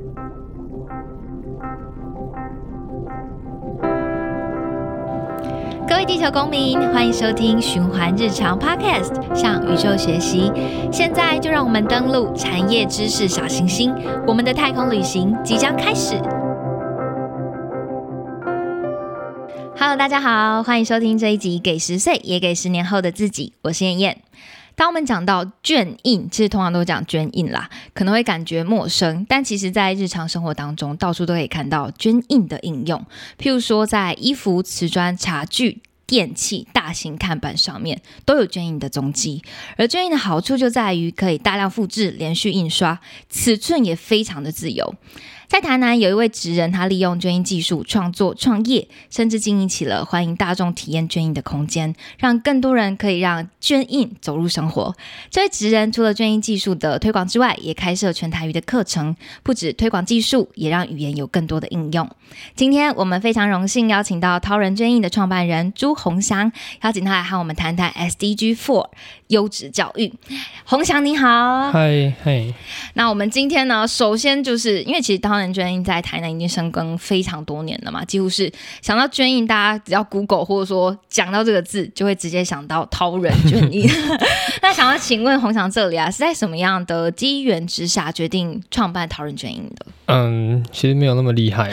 各位地球公民，欢迎收听循环日常 Podcast， 向宇宙学习。现在就让我们登陆产业知识小行星，我们的太空旅行即将开始。Hello， 大家好，欢迎收听这一集《给10岁也给10年后的自己》，我是燕燕。当我们讲到捐印，其实通常都讲捐印啦，可能会感觉陌生，但其实在日常生活当中，到处都可以看到捐印的应用。譬如说，在衣服、瓷砖、茶具、电器、大型看板上面都有捐印的踪迹。而捐印的好处就在于可以大量复制、连续印刷，尺寸也非常的自由。在台南有一位职人，他利用捐印技术创作创业，甚至经营起了欢迎大众体验捐印的空间，让更多人可以让捐印走入生活。这位职人除了捐印技术的推广之外，也开设全台语的课程，不止推广技术，也让语言有更多的应用。今天我们非常荣幸邀请到涛人捐印的创办人朱鸿翔，邀请他来和我们谈谈 SDG4 优质教育。鸿翔你好。 嗨。 那我们今天呢，首先就是因为其实涛人捐印在台南已经深耕非常多年了嘛，几乎是想到捐印，大家只要 Google 或者说讲到这个字，就会直接想到涛人捐印。那想要请问鸿翔这里啊，是在什么样的机缘之下决定创办涛人捐印的？ 其实没有那么厉害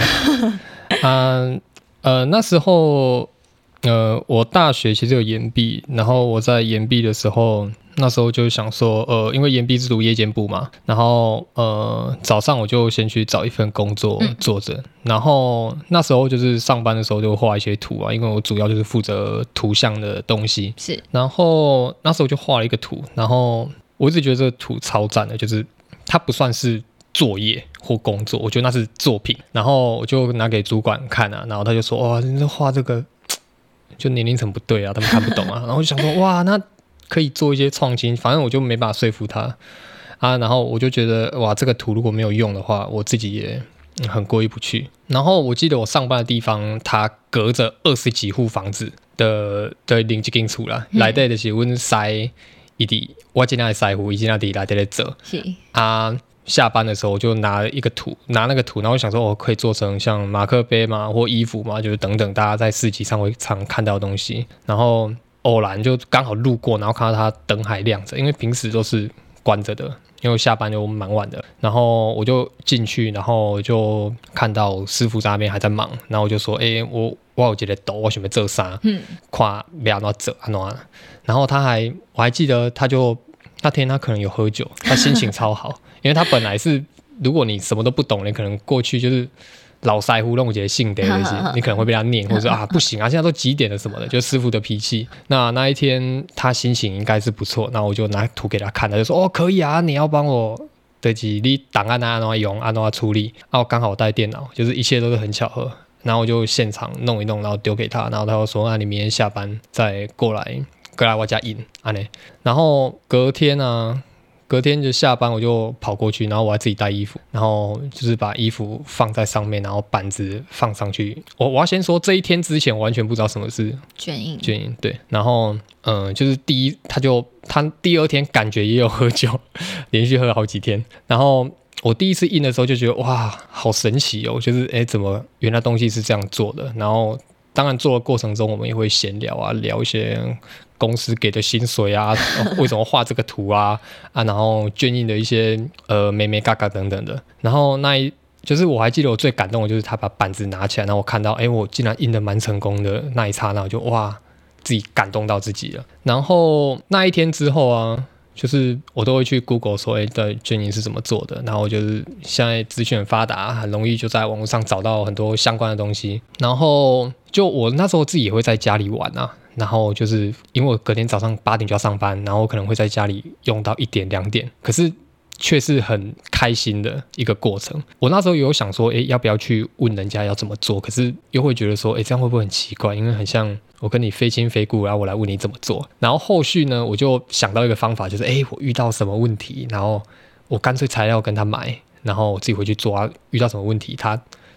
那时候我大学其实有延毕，然后我在延毕的时候，那时候就想说因为延毕是读夜间部嘛，然后早上我就先去找一份工作做着，然后那时候就是上班的时候就画一些图啊，因为我主要就是负责图像的东西， 是， 然后那时候就画了一个图，然后我一直觉得这个图超赞的，就是它不算是作业或工作，我觉得那是作品，然后我就拿给主管看啊，然后他就说哇，你这画这个就年龄层不对啊，他们看不懂啊。然后我就想说哇，那可以做一些创新，反正我就没办法说服他啊。然后我就觉得哇，这个图如果没有用的话，我自己也很过意不去。然后我记得我上班的地方，它隔着20几户房子的邻居间厝啦，内底就是阮师伊伫我今天的师傅，伊今天伫内底咧做啊。下班的时候我就拿那个图，然后我想说可以做成像马克杯嘛，或衣服嘛，就是等等大家在市集上会常看到的东西。然后偶然就刚好路过，然后看到它灯还亮着，因为平时都是关着的，因为我下班就蛮晚的。然后我就进去，然后就看到师傅在那边还在忙，然后我就说我有一个图，我想要做啥，看要怎么做怎么。然后我还记得那天他可能有喝酒，他心情超好。因为他本来是，如果你什么都不懂，你可能过去就是老师傅弄一些性的那些，你可能会被他念，或者说不行啊，现在都几点了什么的，就师傅的脾气。那一天他心情应该是不错，然后我就拿图给他看，他就说可以啊，你要帮我就是你档案啊，怎么用啊，怎么处理啊，刚好我带电脑，就是一切都是很巧合。然后我就现场弄一弄，然后丢给他，然后他就说你明天下班再过来我家印然后隔天就下班，我就跑过去，然后我还自己带衣服，然后就是把衣服放在上面，然后板子放上去。我要先说，这一天之前我完全不知道什么是捐印，对。然后就是他第二天感觉也有喝酒，连续喝了好几天。然后我第一次印的时候就觉得哇，好神奇哦，就是怎么原来东西是这样做的。然后当然做的过程中，我们也会闲聊啊，聊一些公司给的薪水啊，为什么画这个图啊，然后捐印的一些眉眉嘎嘎等等的。然后就是我还记得我最感动的就是他把板子拿起来，然后我看到我竟然印得蛮成功的那一刹那，我就哇，自己感动到自己了。然后那一天之后啊，就是我都会去 Google 说对捐印是怎么做的，然后就是现在资讯很发达，很容易就在网络上找到很多相关的东西。然后就我那时候自己也会在家里玩啊，然后就是因为我隔天早上8点就要上班，然后我可能会在家里用到1点2点，可是却是很开心的一个过程。我那时候有想说要不要去问人家要怎么做，可是又会觉得说这样会不会很奇怪，因为很像我跟你非亲非故，然后我来问你怎么做。然后后续呢，我就想到一个方法，就是我遇到什么问题，然后我干脆材料跟他买，然后我自己回去做啊，遇到什么问题他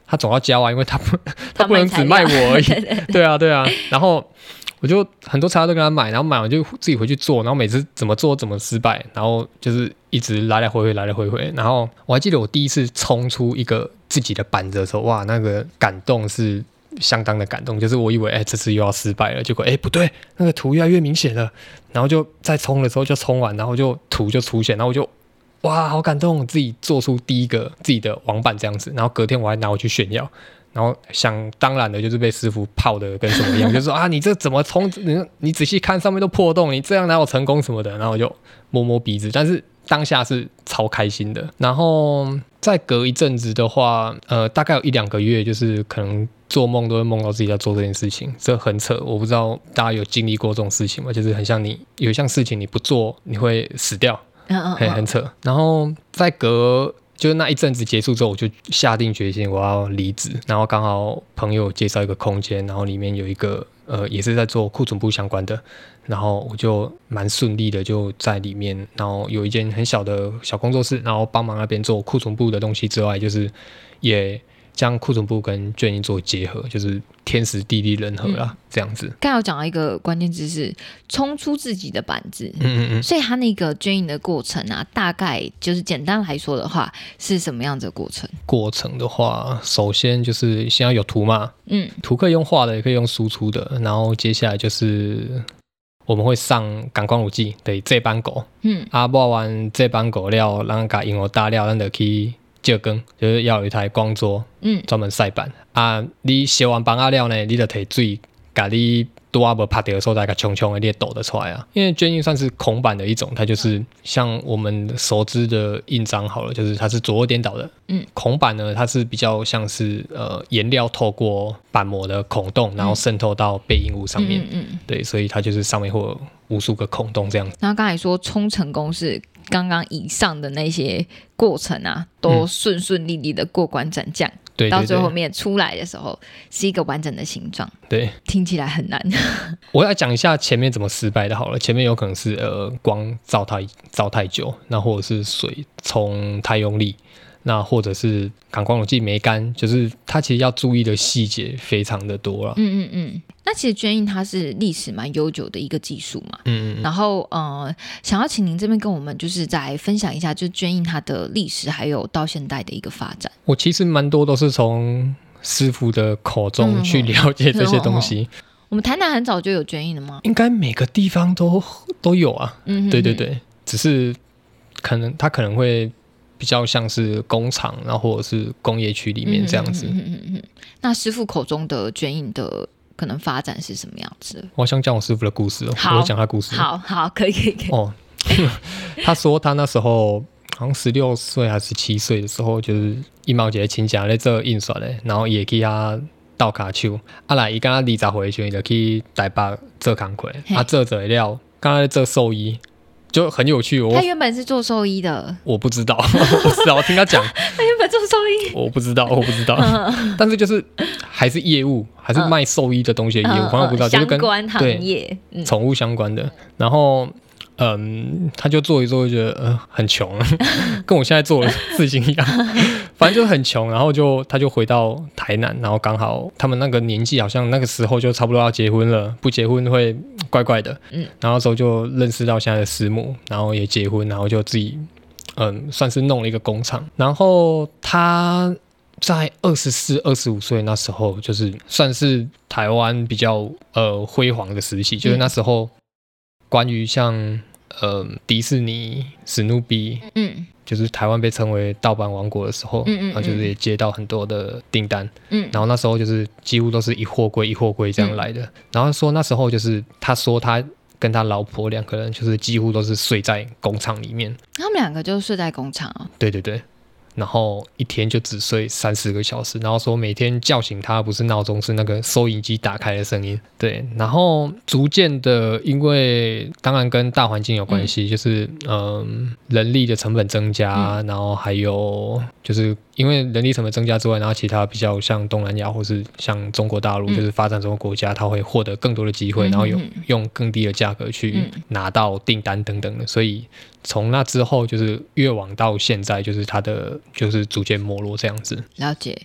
他总要交啊，因为他不能只卖我而已。对啊，然后我就很多材料都跟他买，然后买完就自己回去做，然后每次怎么做怎么失败，然后就是一直来来回回。然后我还记得我第一次冲出一个自己的板子的时候，哇，那个感动是相当的感动，就是我以为这次又要失败了，结果不对，那个图越来越明显了，然后就在冲的时候就冲完，然后就图就出现，然后我就哇好感动，自己做出第一个自己的网板这样子，然后隔天我还拿回去炫耀。然后想当然的就是被师傅泡的跟什么一样，就说啊你这怎么冲，你仔细看上面都破洞，你这样哪有成功什么的，然后我就摸摸鼻子，但是当下是超开心的。然后再隔一阵子的话，大概有1-2个月，就是可能做梦都会梦到自己在做这件事情，这很扯。我不知道大家有经历过这种事情吗？就是很像你有一项事情你不做你会死掉，很扯。然后再隔就是那一阵子结束之后，我就下定决心我要离职，然后刚好朋友介绍一个空间，然后里面有一个也是在做库存部相关的，然后我就蛮顺利的就在里面，然后有一间很小的小工作室，然后帮忙那边做库存部的东西之外，就是也将库存部跟卷印做结合，就是天时地利人和啦，这样子。 刚才有讲到一个关键字是冲出自己的板子，所以他那个卷印的过程啊，大概就是简单来说的话是什么样子的过程？ 过程的话，首先就是先要有图嘛，图可以用画的，也可以用输出的，然后接下来就是我们会上感光乳剂的这班狗，抹完这班狗了，咱把印油打了，咱就去借光，就是要有一台光桌，专门晒板啊。你烧完板啊了呢，你就提水，把你拄啊无拍到的所在，给冲冲的，你也抖得出来啊。因为卷印算是孔板的一种，它就是像我们熟知的印章好了，就是它是左右颠倒的。孔板呢，它是比较像是颜料透过板模的孔洞，然后渗透到背印物上面。对，所以它就是上面会有无数个孔洞这样子。 然后刚才说冲成功是刚刚以上的那些过程啊，都顺顺利利的过关斩将。对，到最后面出来的时候是一个完整的形状。对，听起来很难。 我要讲一下前面怎么失败的好了。前面有可能是光照太久，那或者是水冲太用力，那或者是感光乳剂没干，就是它其实要注意的细节非常的多了。 那其实卷印它是历史蛮悠久的一个技术嘛。然后想要请您这边跟我们就是再分享一下，就是卷印它的历史还有到现代的一个发展。 我其实蛮多都是从师傅的口中去了解这些东西。 我们台南很早就有卷印了吗？ 应该每个地方都有啊。对，只是它可能会比较像是工厂，然后或者是工业区里面这样子。 那师傅口中的卷印的可能发展是什么样子？ 我想讲我师傅的故事哦。我讲他故事。 好，可以。哦， 他说他那时候好像16岁还是17岁的时候，就是1毛钱的亲戚在做印刷的，然后也去他倒卡手，来伊刚20岁的时候就去台北做工课，做了，刚才做兽医。就很有趣。 他原本是做兽医的， 我不知道，我听他讲， 他原本做兽医， 我不知道，但是就是还是业务，还是卖兽医的东西的业务，反正我不知道，就是跟相关行业， 宠物相关的。然后他就做一做，就觉得很穷，跟我现在做的事情一样，反正就是很穷。然后他就回到台南，然后刚好他们那个年纪好像那个时候就差不多要结婚了，不结婚会怪怪的。然后那时候就认识到现在的师母，然后也结婚，然后就自己算是弄了一个工厂。然后他在24、25岁那时候，就是算是台湾比较辉煌的时期，就是那时候关于像迪士尼、史努比，就是台湾被称为盗版王国的时候，然后就是也接到很多的订单，然后那时候就是几乎都是一货柜一货柜这样来的。然后说那时候就是他说他跟他老婆2个人就是几乎都是睡在工厂里面， 他们2个就睡在工厂啊？ 对，然后一天就只睡30个小时，然后说每天叫醒他不是闹钟，是那个收银机打开的声音。对，然后逐渐的，因为当然跟大环境有关系，就是人力的成本增加，然后还有就是因为人力成本增加之外，然后其他比较像东南亚或是像中国大陆，就是发展中的国家，它会获得更多的机会，然后用更低的价格去拿到订单等等的，所以从那之后就是越往到现在，就是它的就是逐渐没落这样子。 了解。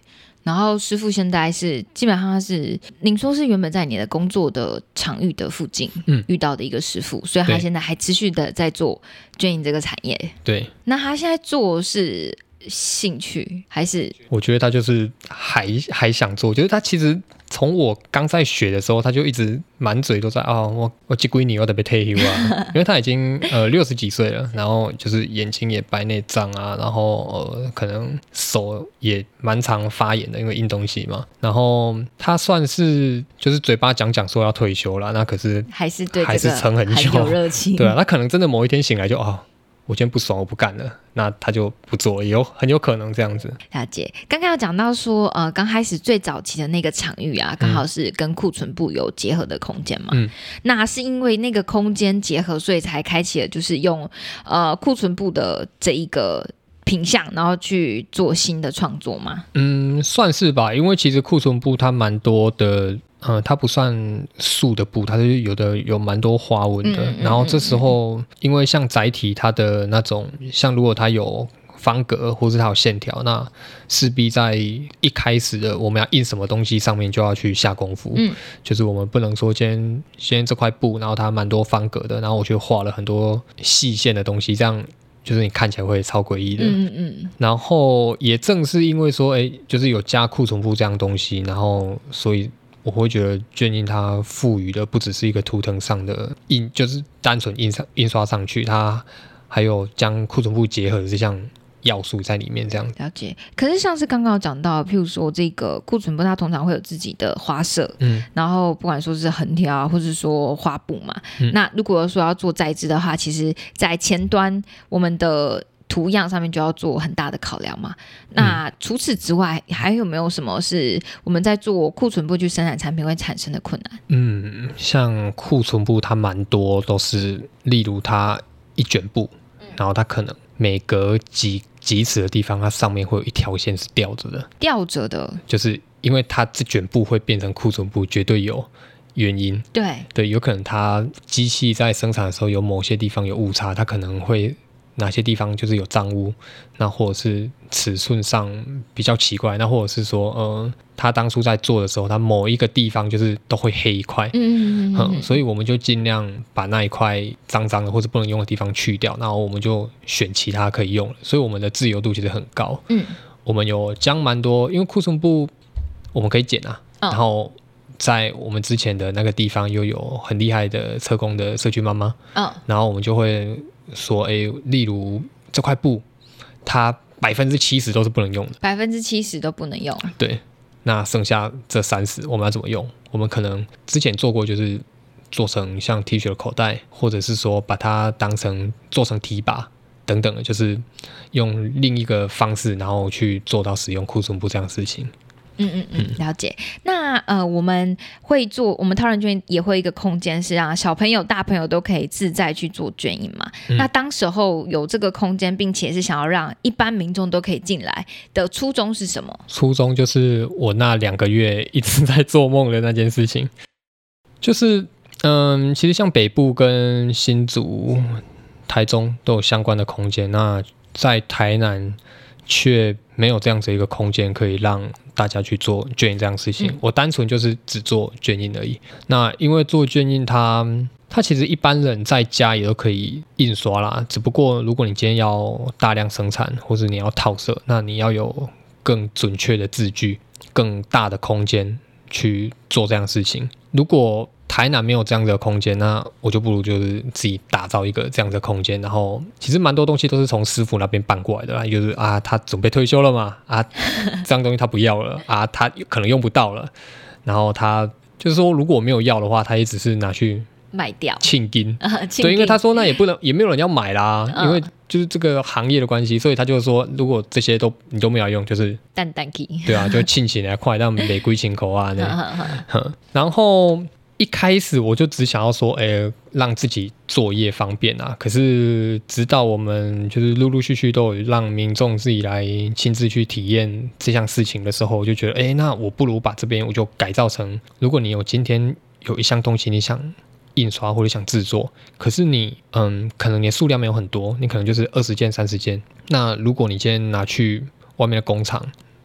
然后师傅现在是基本上是您说是原本在你的工作的场域的附近遇到的一个师傅，所以他现在还持续的在做卷印这个产业。 对， 那他现在做是兴趣还是？ 我觉得他就是还想做，我觉得他其实从我刚在学的时候，他就一直满嘴都在我这几年我得被退休啊，因为他已经60几岁了，然后就是眼睛也白内障啊，然后可能手也蛮常发炎的，因为印东西嘛。然后他算是就是嘴巴讲说要退休了，那可是还是对还是撑很久， 很有热情。 对啊，他可能真的某一天醒来就我今天不爽，我不干了，那他就不做了，很有可能这样子。 了解。刚刚有讲到说，刚开始最早期的那个场域啊，刚好是跟库存部有结合的空间嘛。那是因为那个空间结合，所以才开启了就是用库存部的这一个品项，然后去做新的创作吗？ 算是吧，因为其实库存部它蛮多的。它不算素的布，它是有蛮多花纹的。然后这时候，因为像载体它的那种，像如果它有方格或是它有线条，那势必在一开始的我们要印什么东西上面就要去下功夫。就是我们不能说今天这块布，然后它蛮多方格的，然后我去画了很多细线的东西，这样就是你看起来会超诡异的。然后也正是因为说，就是有加库存布这样东西，然后所以我会觉得卷印它赋予的不只是一个图腾上的印，就是单纯印刷上去，它还有将库存布结合的这项要素在里面，这样了解。可是像是刚刚有讲到，譬如说这个库存布，它通常会有自己的花色，然后不管说是横条啊，或是说花布嘛，那如果说要做再制的话，其实在前端我们的图样上面就要做很大的考量嘛。那除此之外，还有没有什么是我们在做库存布去生产产品会产生的困难？ 像库存布它蛮多都是，例如它一卷布，然后它可能每隔几尺的地方，它上面会有一条线是吊着的，就是因为它这卷布会变成库存布，绝对有原因。对，有可能它机器在生产的时候有某些地方有误差，它可能会哪些地方就是有脏污，那或者是尺寸上比较奇怪，那或者是说他当初在做的时候，他某一个地方就是都会黑一块，所以我们就尽量把那一块脏脏的或者不能用的地方去掉，然后我们就选其他可以用的，所以我们的自由度其实很高。我们有将蛮多，因为库存布我们可以剪啊，然后在我们之前的那个地方又有很厉害的车工的社区妈妈，然后我们就会说，例如这块布，它70%都是不能用的 ，70%都不能用。 对，那剩下这30%我们要怎么用？我们可能之前做过，就是做成像 T 恤的口袋，或者是说把它做成提把等等的，就是用另一个方式，然后去做到使用库存布这样的事情。 了解。那我们陶人卷也会一个空间是让小朋友大朋友都可以自在去做卷印嘛。那当时候有这个空间，并且是想要让一般民众都可以进来的初衷是什么？ 初衷就是我那2个月一直在做梦的那件事情，就是其实像北部跟新竹、台中都有相关的空间，那在台南却没有这样子一个空间可以让大家去做卷印这样的事情。我单纯就是只做卷印而已。那因为做卷印它其实一般人在家也都可以印刷啦，只不过如果你今天要大量生产，或是你要套色，那你要有更准确的字句，更大的空间去做这样的事情。如果台南没有这样的空间，那我就不如就是自己打造一个这样的空间。然后其实蛮多东西都是从师傅那边搬过来的啦，就是他准备退休了嘛，这样东西他不要了他可能用不到了，然后他就是说如果我没有要的话，他也只是拿去卖掉庆金。对，因为他说那也没有人要买啦，因为就是这个行业的关系，所以他就说如果这些你都没有用，就是淡去。 对啊，就庆起来快，让没归清口啊然后一开始我就只想要说，让自己作业方便啊。可是直到我们就是陆陆续续都有让民众自己来亲自去体验这项事情的时候，我就觉得，那我不如把这边我就改造成，如果你今天有一项东西你想印刷或者想制作，可是你可能你的数量没有很多，你可能就是20件30件。那如果你今天拿去外面的工厂，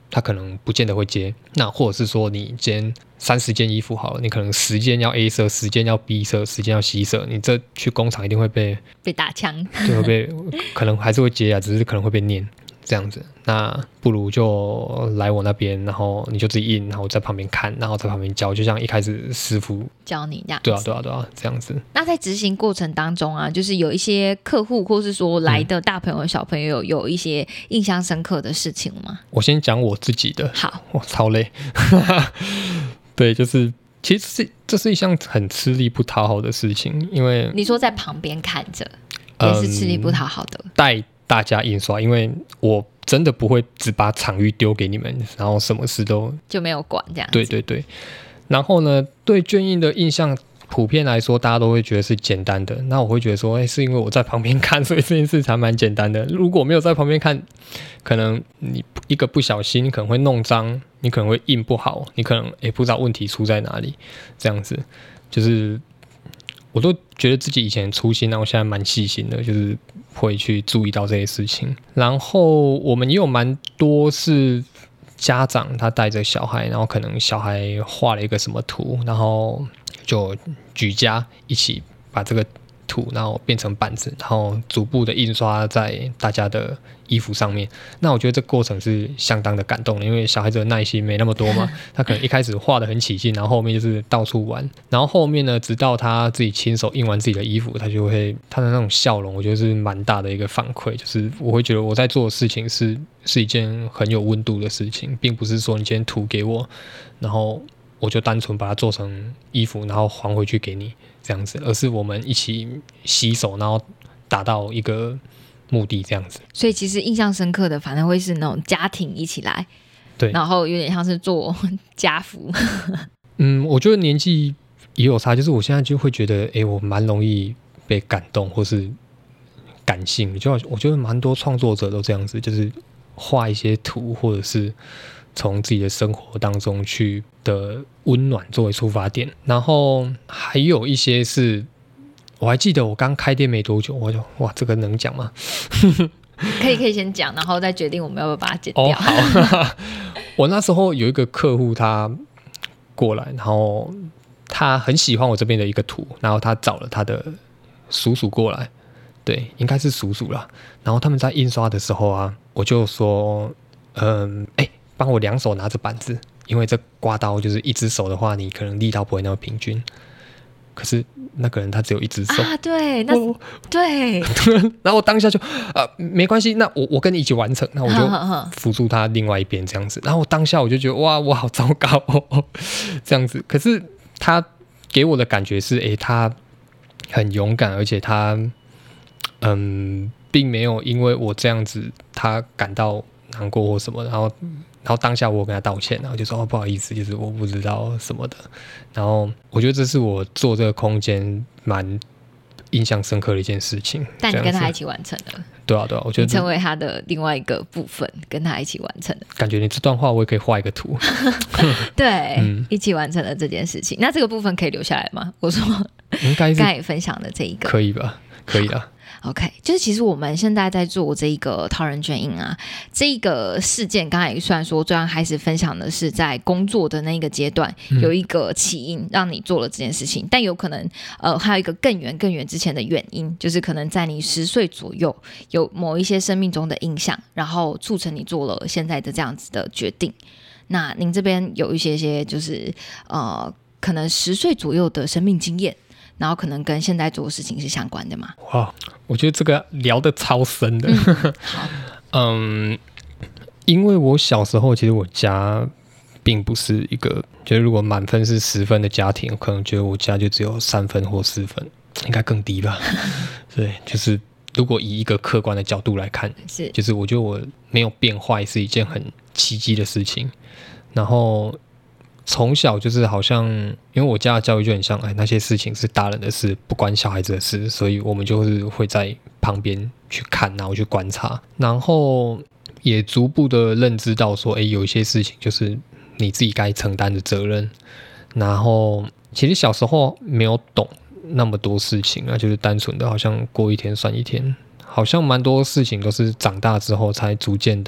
他可能不见得会接。那或者是说你今天30件衣服好了，你可能10件要 A 色，10件要 B 色，10件要 C 色，你这去工厂一定会被打枪， 对，会被可能还是会接啊，只是可能会被念这样子。那不如就来我那边，然后你就自己印，然后在旁边看，然后在旁边教，就像一开始师傅教你这样。 对啊，这样子。 那在执行过程当中啊，就是有一些客户或是说来的大朋友小朋友有一些印象深刻的事情吗？ 我先讲我自己的。 好， 我超累。对，就是其实这是一项很吃力不讨好的事情，因为你说在旁边看着也是吃力不讨好的。 带大家印刷，因为我真的不会只把场域丢给你们，然后什么事都就没有管这样子。 对。然后呢，对卷印的印象普遍来说，大家都会觉得是简单的。那我会觉得说，是因为我在旁边看，所以这件事才蛮简单的。如果没有在旁边看，可能你一个不小心，你可能会弄脏，你可能会印不好，你可能不知道问题出在哪里。这样子，就是我都觉得自己以前粗心，然后现在蛮细心的，就是会去注意到这些事情。然后我们也有蛮多是家长他带着小孩，然后可能小孩画了一个什么图，然后就举家一起把这个图然后变成板子，然后逐步的印刷在大家的衣服上面。那我觉得这个过程是相当的感动的，因为小孩子的耐心没那么多嘛，他可能一开始画的很起劲，然后后面就是到处玩，然后后面呢，直到他自己亲手印完自己的衣服，他就会他的那种笑容，我觉得是蛮大的一个反馈，就是我会觉得我在做的事情是一件很有温度的事情，并不是说你今天图给我，然后我就单纯把它做成衣服，然后还回去给你这样子，而是我们一起携手，然后达到一个目的这样子。 所以其实印象深刻的，反而会是那种家庭一起来， 对， 然后有点像是做家服。 我觉得年纪也有差，就是我现在就会觉得，我蛮容易被感动或是感性，就我觉得蛮多创作者都这样子，就是画一些图，或者是从自己的生活当中去的温暖作为出发点。然后还有一些是，我还记得我刚开店没多久，我就哇，这个能讲吗？ 可以先讲，然后再决定我们要不要把它剪掉。 好。我那时候有一个客户，他过来，然后他很喜欢我这边的一个图，然后他找了他的叔叔过来，对，应该是叔叔啦。然后他们在印刷的时候啊，我就说，帮我2手拿着板子，因为这刮刀就是一只手的话，你可能力道不会那么平均。可是那个人他只有一只手啊，对，对， 然后我当下就没关系，那我跟你一起完成，那我就辅助他另外一边这样子。然后我当下我就觉得哇，我好糟糕哦，这样子。可是他给我的感觉是，他很勇敢，而且他并没有因为我这样子他感到难过或什么，然后当下我跟他道歉，然后就说不好意思，就是我不知道什么的。然后我觉得这是我做这个空间蛮印象深刻的一件事情。 但你跟他一起完成了。 对啊，我觉得你成为他的另外一个部分，跟他一起完成了。 感觉你这段话我也可以画一个图。 对，一起完成了这件事情。那这个部分可以留下来吗？我说应该是刚才分享的这一个可以吧？可以啊。 OK， 就是其实我们现在在做这一个陶人卷印啊，这一个事件，刚才虽然说最刚开始分享的是在工作的那个阶段，有一个起因让你做了这件事情，但有可能还有一个更远之前的原因，就是可能在你10岁左右有某一些生命中的影响，然后促成你做了现在的这样子的决定。那您这边有一些就是可能10岁左右的生命经验，然后可能跟现在做的事情是相关的吗？ 哇，我觉得这个聊得超深的。 好， 因为我小时候其实我家并不是一个，就是如果满分是10分的家庭，我可能觉得我家就只有3分或4分，应该更低吧。对，就是如果以一个客观的角度来看，就是我觉得我没有变坏是一件很奇迹的事情。然后从小就是好像，因为我家的教育就很像，那些事情是大人的事，不关小孩子的事，所以我们就是会在旁边去看，然后去观察，然后也逐步的认知到说，有一些事情就是你自己该承担的责任。然后其实小时候没有懂那么多事情啊，就是单纯的好像过一天算一天，好像蛮多事情都是长大之后才逐渐的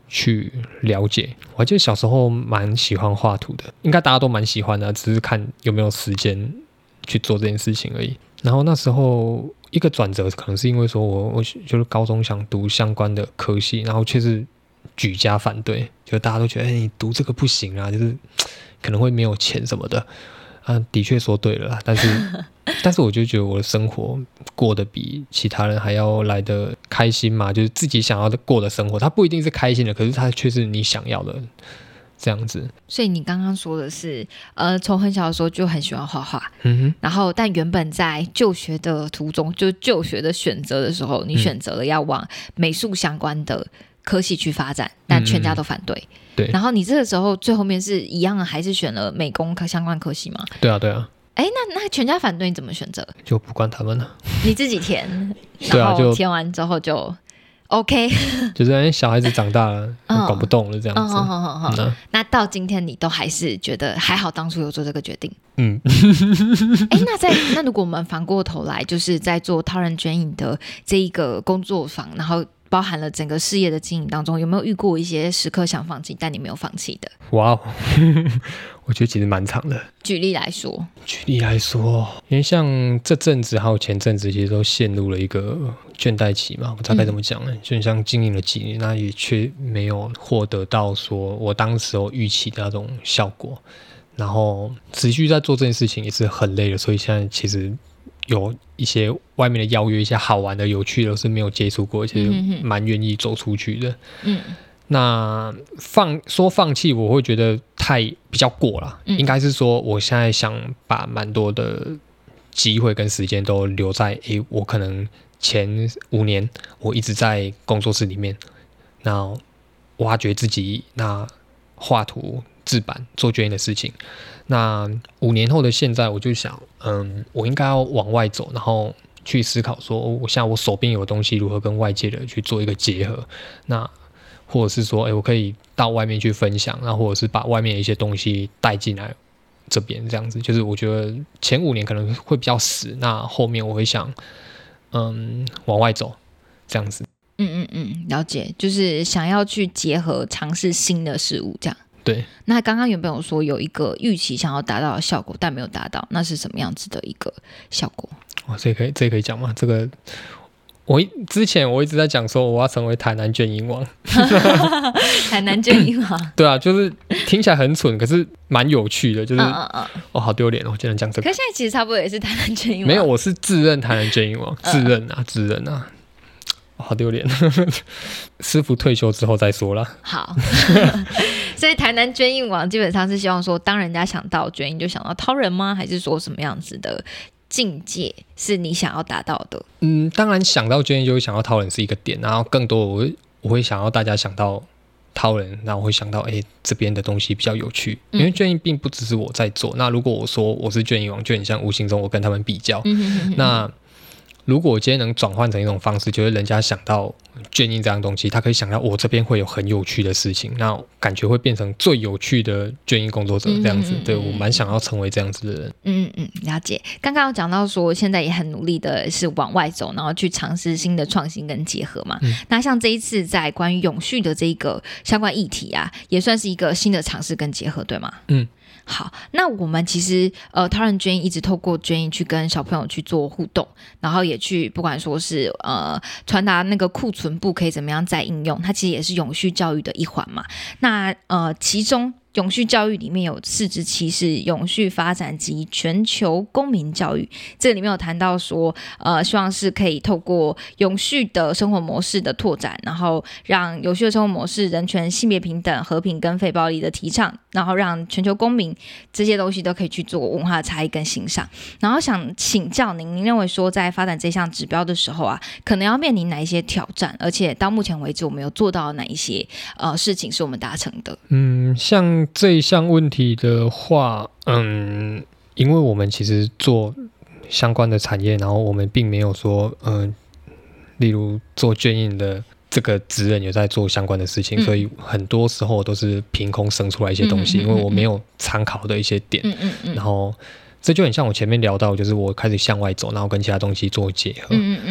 去了解。我还记得小时候蛮喜欢画图的，应该大家都蛮喜欢的，只是看有没有时间去做这件事情而已。然后那时候一个转折，可能是因为说我就是高中想读相关的科系，然后却是举家反对，就大家都觉得，你读这个不行啊，就是可能会没有钱什么的。的确说对了啦，但是我就觉得我的生活过得比其他人还要来得开心嘛，就是自己想要的过的生活，它不一定是开心的，可是它却是你想要的这样子。 所以你刚刚说的是，从很小的时候就很喜欢画画，然后但原本在就学的途中，就就学的选择的时候，你选择了要往美术相关的科系去发展，但全家都反对。 对， 然后你这个时候最后面是一样的，还是选了美工相关科系吗？ 对啊，对啊。 那全家反对你怎么选择？ 就不管他们了， 你自己填， 对啊， 然后填完之后就 OK， 就是小孩子长大了，搞不动了这样子。 那到今天你都还是觉得还好，当初有做这个决定。那如果我们反过头来，就是在做他人捐引的这一个工作坊，然后包含了整个事业的经营当中，有没有遇过一些时刻想放弃但你没有放弃的？ 哇哦，我觉得其实蛮长的。 举例来说， 因为像这阵子还有前阵子，其实都陷入了一个倦怠期嘛，我大概怎么讲呢？就像经营了几年，那也却没有获得到说我当时候预期的那种效果，然后持续在做这件事情也是很累的，所以现在其实有一些外面的邀约，一些好玩的、有趣的，都是没有接触过，而且蛮愿意走出去的。那放弃，我会觉得比较过了。应该是说，我现在想把蛮多的机会跟时间都留在我可能前5年，我一直在工作室里面，那挖掘自己，那画图、制版、做捐印的事情。那5年后的现在，我就想，我应该要往外走，然后去思考说，我现在我手边有的东西如何跟外界的去做一个结合。那或者是说，我可以到外面去分享，那或者是把外面的一些东西带进来这边，这样子。就是我觉得前5年可能会比较死，那后面我会想，往外走，这样子。 了解，就是想要去结合尝试新的事物，这样。 对。 那刚刚原本有说有一个预期想要达到的效果，但没有达到，那是什么样子的一个效果？ 这可以讲吗？这个。之前我一直在讲说我要成为台南捐印王， 台南捐印王， 对啊，就是听起来很蠢，可是蛮有趣的，就是好丢脸哦，我竟然讲这个。 可是现在其实差不多也是台南捐印王， 没有，我是自认台南捐印王，自认啊，好丢脸。师傅退休之后再说啦。 好，所以台南捐印王基本上是希望说，当人家想到捐印就想到掏人吗？还是说什么样子的境界是你想要达到的？ 当然想到捐印就会想到掏人是一个点，然后更多我会想要大家想到掏人，然后我会想到这边的东西比较有趣，因为捐印并不只是我在做。那如果我说我是捐印王，就很像无形中我跟他们比较。那如果我今天能转换成一种方式，就是人家想到捐印这样东西，他可以想到我这边会有很有趣的事情，那感觉会变成最有趣的捐印工作者这样子。对，我蛮想要成为这样子的人。 了解。刚刚有讲到说现在也很努力的是往外走，然后去尝试新的创新跟结合嘛。那像这一次在关于永续的这个相关议题啊，也算是一个新的尝试跟结合，对吗？好，那我们其实他人捐印一直透过捐印去跟小朋友去做互动，然后也去不管说是传达那个库存部可以怎么样再应用，它其实也是永续教育的一环嘛。那其中永续教育里面有4支旗是永续发展及全球公民教育，这里面有谈到说希望是可以透过永续的生活模式的拓展，然后让永续的生活模式、人权、性别平等、和平跟非暴力的提倡，然后让全球公民这些东西都可以去做文化差异跟欣赏。然后想请教您认为说在发展这项指标的时候啊，可能要面临哪一些挑战，而且到目前为止我们有做到哪一些事情是我们达成的？ 像这一项问题的话，因为我们其实做相关的产业，然后我们并没有说，例如做捐印的这个职人有在做相关的事情，所以很多时候都是凭空生出来一些东西，因为我没有参考的一些点，然后这就很像我前面聊到，就是我开始向外走，然后跟其他东西做结合。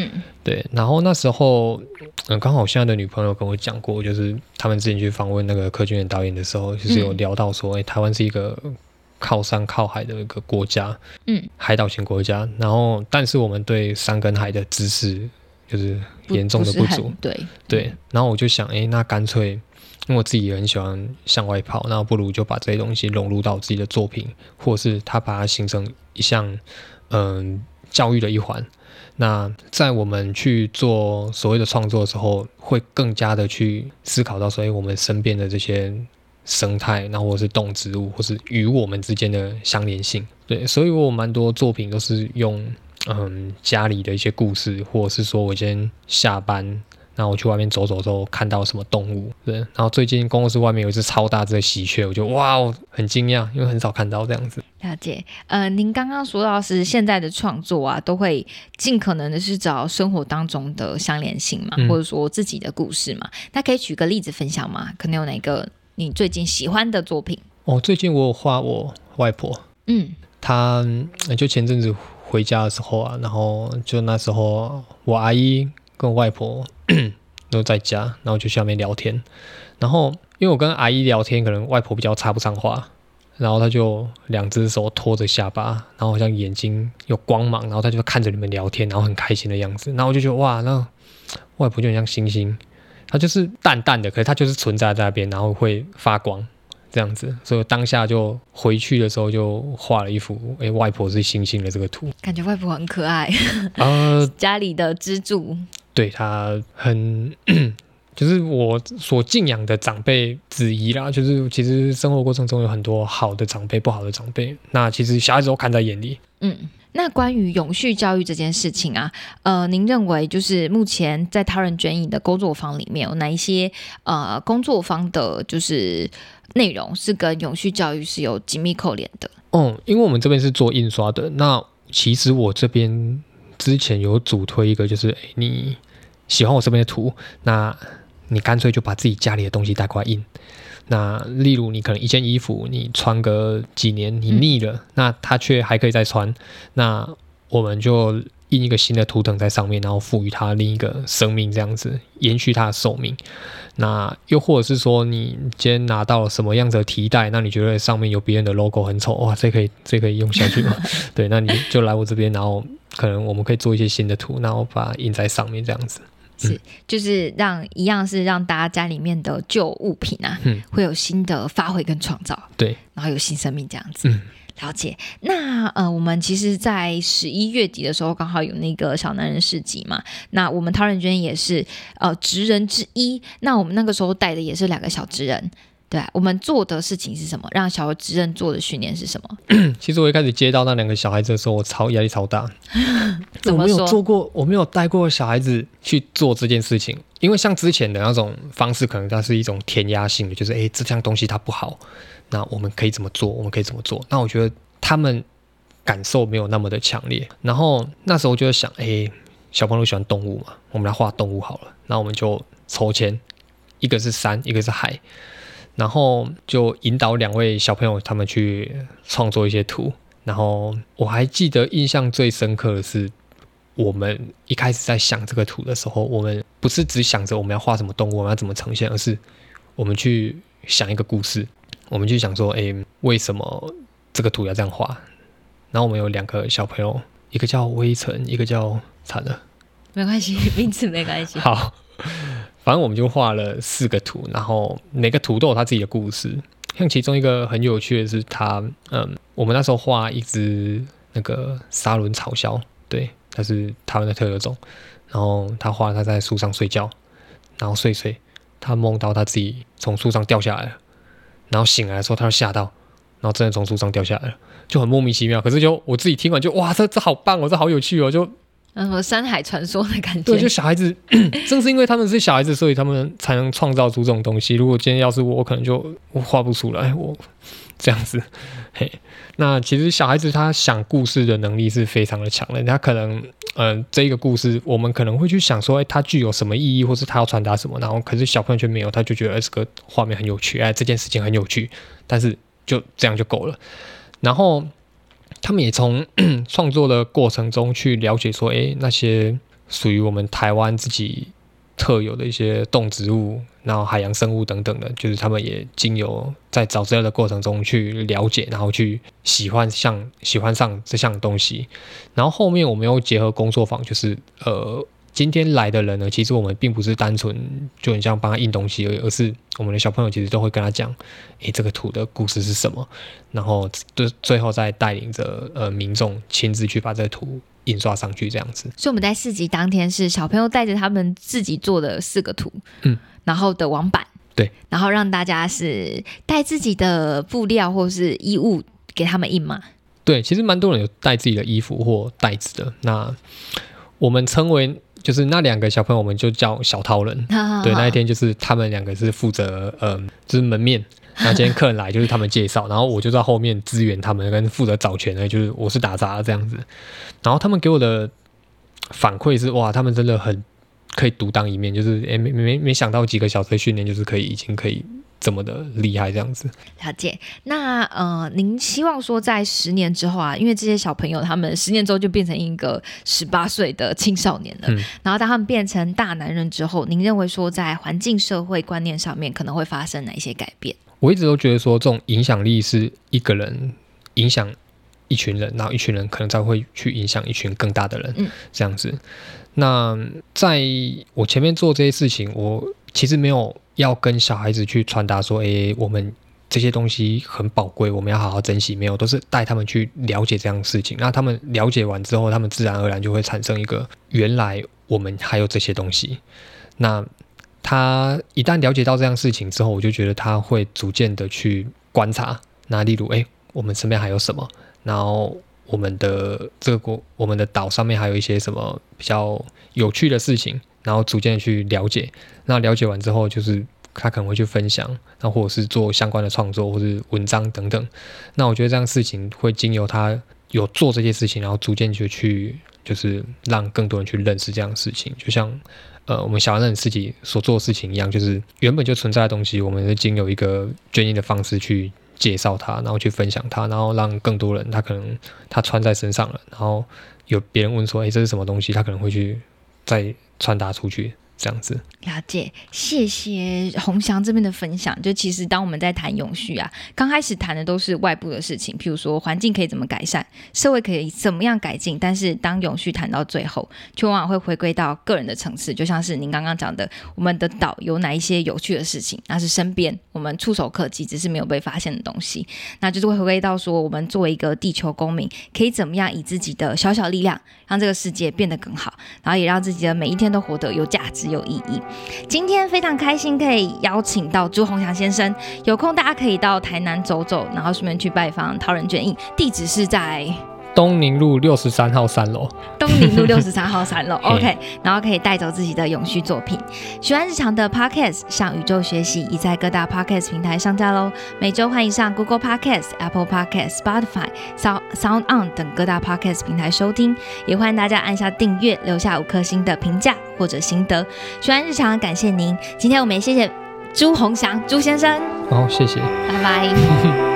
对，然后那时候，刚好我现在的女朋友跟我讲过，就是他们之前去访问那个柯俊元导演的时候，就是有聊到说，台湾是一个靠山靠海的一个国家，海岛型国家，然后但是我们对山跟海的知识就是严重的不足，对，然后我就想，那干脆，因为我自己也很喜欢向外跑，那不如就把这些东西融入到自己的作品，或是他把它形成一项教育的一环。那在我们去做所谓的创作的时候，会更加的去思考到说，我们身边的这些生态，然后或是动植物，或是与我们之间的相连性。对，所以我蛮多作品都是用家里的一些故事，或者是说我今天下班，然后我去外面走走之后看到什么动物，对，然后最近公司外面有一只超大只的喜鹊，我就哇，很惊讶，因为很少看到这样子。 了解，您刚刚说到是现在的创作啊，都会尽可能的是找生活当中的相连性嘛，或者说自己的故事嘛。那可以举个例子分享吗？可能有哪个你最近喜欢的作品？ 最近我有画我外婆，她就前阵子回家的时候啊，然后就那时候我阿姨跟我外婆都在家，然后就去那边聊天，然后因为我跟阿姨聊天，可能外婆比较插不上话。然后他就2只手托着下巴，然后好像眼睛有光芒，然后他就看着你们聊天，然后很开心的样子。然后我就觉得哇，那外婆就很像星星，它就是淡淡的，可是它就是存在在那边，然后会发光这样子。所以当下就回去的时候就画了一幅外婆是星星的这个图， 感觉外婆很可爱家里的支柱。 对，她很就是我所敬仰的长辈之一啦，就是其实生活过程中有很多好的长辈，不好的长辈，那其实小孩子都看在眼里。 那关于永续教育这件事情啊，您认为就是目前在他人捐印的工作坊里面有哪一些工作坊的就是内容是跟永续教育是有紧密扣连的？ 因为我们这边是做印刷的，那其实我这边之前有主推一个，就是你喜欢我这边的图，那你干脆就把自己家里的东西带过来印。那例如你可能一件衣服你穿个几年你腻了，那它却还可以再穿，那我们就印一个新的图腾在上面，然后赋予它另一个生命，这样子延续它的寿命。那又或者是说你今天拿到了什么样子的提袋，那你觉得上面有别人的 logo 很丑，哇，这可以用下去吗？对，那你就来我这边，然后可能我们可以做一些新的图，然后把它印在上面这样子。 就是一样是让大家家里面的旧物品啊，会有新的发挥跟创造， 对， 然后有新生命这样子。了解。那我们其实在11月底的时候刚好有那个小男人市集嘛，那我们陶人娟也是职人之一，那我们那个时候带的也是2个小职人。对，我们做的事情是什么？让小职人做的训练是什么？ 其实我一开始接到那2个小孩子的时候，我压力超大。 怎么说？ 我没有带过小孩子去做这件事情，因为像之前的那种方式，可能它是一种填鸭性的，就是这项东西它不好，那我们可以怎么做？我们可以怎么做？那我觉得他们感受没有那么的强烈。然后那时候就想，小朋友喜欢动物嘛，我们来画动物好了。然后我们就抽签，一个是山，一个是海。然后就引导2位小朋友他们去创作一些图，然后我还记得印象最深刻的是，我们一开始在想这个图的时候，我们不是只想着我们要画什么动物，我们要怎么呈现，而是我们去想一个故事，我们去想说，为什么这个图要这样画？然后我们有2个小朋友，一个叫微尘，一个叫惨了， 没关系，名字没关系。 好。反正我们就画了4个图，然后每个图都有他自己的故事。像其中一个很有趣的是我们那时候画一只那个沙轮草鸮，对，它是台湾的特有种。然后他画他在树上睡觉，然后睡，他梦到他自己从树上掉下来了，然后醒来的时候他就吓到，然后真的从树上掉下来了，就很莫名其妙。可是就我自己听完就哇，这好棒哦，这好有趣哦，就。 山海传说的感觉。 对，就小孩子，正是因为他们是小孩子，所以他们才能创造出这种东西。如果今天要是我可能就画不出来，我这样子。那其实小孩子他想故事的能力是非常的强的，他可能这一个故事我们可能会去想说，它具有什么意义，或是他要传达什么，然后可是小朋友却没有，他就觉得这个画面很有趣，这件事情很有趣，但是就这样就够了。然后他们也从创作的过程中去了解说，那些属于我们台湾自己特有的一些动植物，然后海洋生物等等的，就是他们也经由在找资料的过程中去了解，然后去喜欢上这项东西。然后后面我们又结合工作坊，就是今天来的人呢，其实我们并不是单纯就很像帮他印东西而已，而是我们的小朋友其实都会跟他讲，这个图的故事是什么，然后最后再带领着民众亲自去把这个图印刷上去这样子。 所以我们在市集当天是小朋友带着他们自己做的4个图，然后的网版， 对， 然后让大家是带自己的布料或是衣物给他们印嘛。 对，其实蛮多人有带自己的衣服或袋子的。那我们称为就是那2个小朋友，我们就叫小桃人。对，那一天就是他们2个是负责就是门面。那今天客人来就是他们介绍，然后我就在后面支援他们，跟负责找钱的，就是我是打杂这样子。然后他们给我的反馈是，哇，他们真的很可以独当一面，就是没想到几个小时的训练，就是已经可以这么的厉害这样子。 了解。那您希望说在10年之后啊，因为这些小朋友他们10年之后就变成一个18岁的青少年了，然后当他们变成大男人之后，您认为说在环境社会观念上面可能会发生哪一些改变？ 我一直都觉得说这种影响力是一个人影响一群人，然后一群人可能才会去影响一群更大的人，这样子。那在我前面做这些事情，我其实没有要跟小孩子去传达说，我们这些东西很宝贵，我们要好好珍惜，没有，都是带他们去了解这样的事情。那他们了解完之后，他们自然而然就会产生一个原来我们还有这些东西。那他一旦了解到这样的事情之后，我就觉得他会逐渐的去观察。那例如，我们身边还有什么？然后我们的我们的岛上面还有一些什么比较有趣的事情，然后逐渐的去了解。那了解完之后，就是他可能会去分享，那或者是做相关的创作或是文章等等。那我觉得这样的事情会经由他有做这些事情，然后逐渐就去就是让更多人去认识这样的事情。就像我们想要认识自己所做的事情一样，就是原本就存在的东西，我们是经由一个捐印的方式去介绍它，然后去分享它，然后让更多人他可能他穿在身上了，然后有别人问说这是什么东西，他可能会去再传达出去这样子。 了解，谢谢鸿翔这边的分享。就其实当我们在谈永续啊，刚开始谈的都是外部的事情，譬如说环境可以怎么改善，社会可以怎么样改进，但是当永续谈到最后，就往往会回归到个人的层次。就像是您刚刚讲的，我们的岛有哪一些有趣的事情，那是身边我们触手可及只是没有被发现的东西，那就是会回归到说我们作为一个地球公民，可以怎么样以自己的小小力量让这个世界变得更好，然后也让自己的每一天都活得有价值有意义。今天非常开心可以邀请到朱鸿翔先生，有空大家可以到台南走走，然后顺便去拜访桃人捐印，地址是在东宁路63号3楼， 东宁路63号3楼OK， 然后可以带走自己的永续作品。学安日常的 Podcast 向宇宙学习已在各大 Podcast 平台上架咯，每周欢迎上 Google Podcast、Apple Podcast、Spotify、Sound On 等各大 Podcast 平台收听，也欢迎大家按下订阅，留下5颗星的评价或者心得。学安日常感谢您，今天我们也谢谢朱鸿翔朱先生， 谢谢， 拜拜。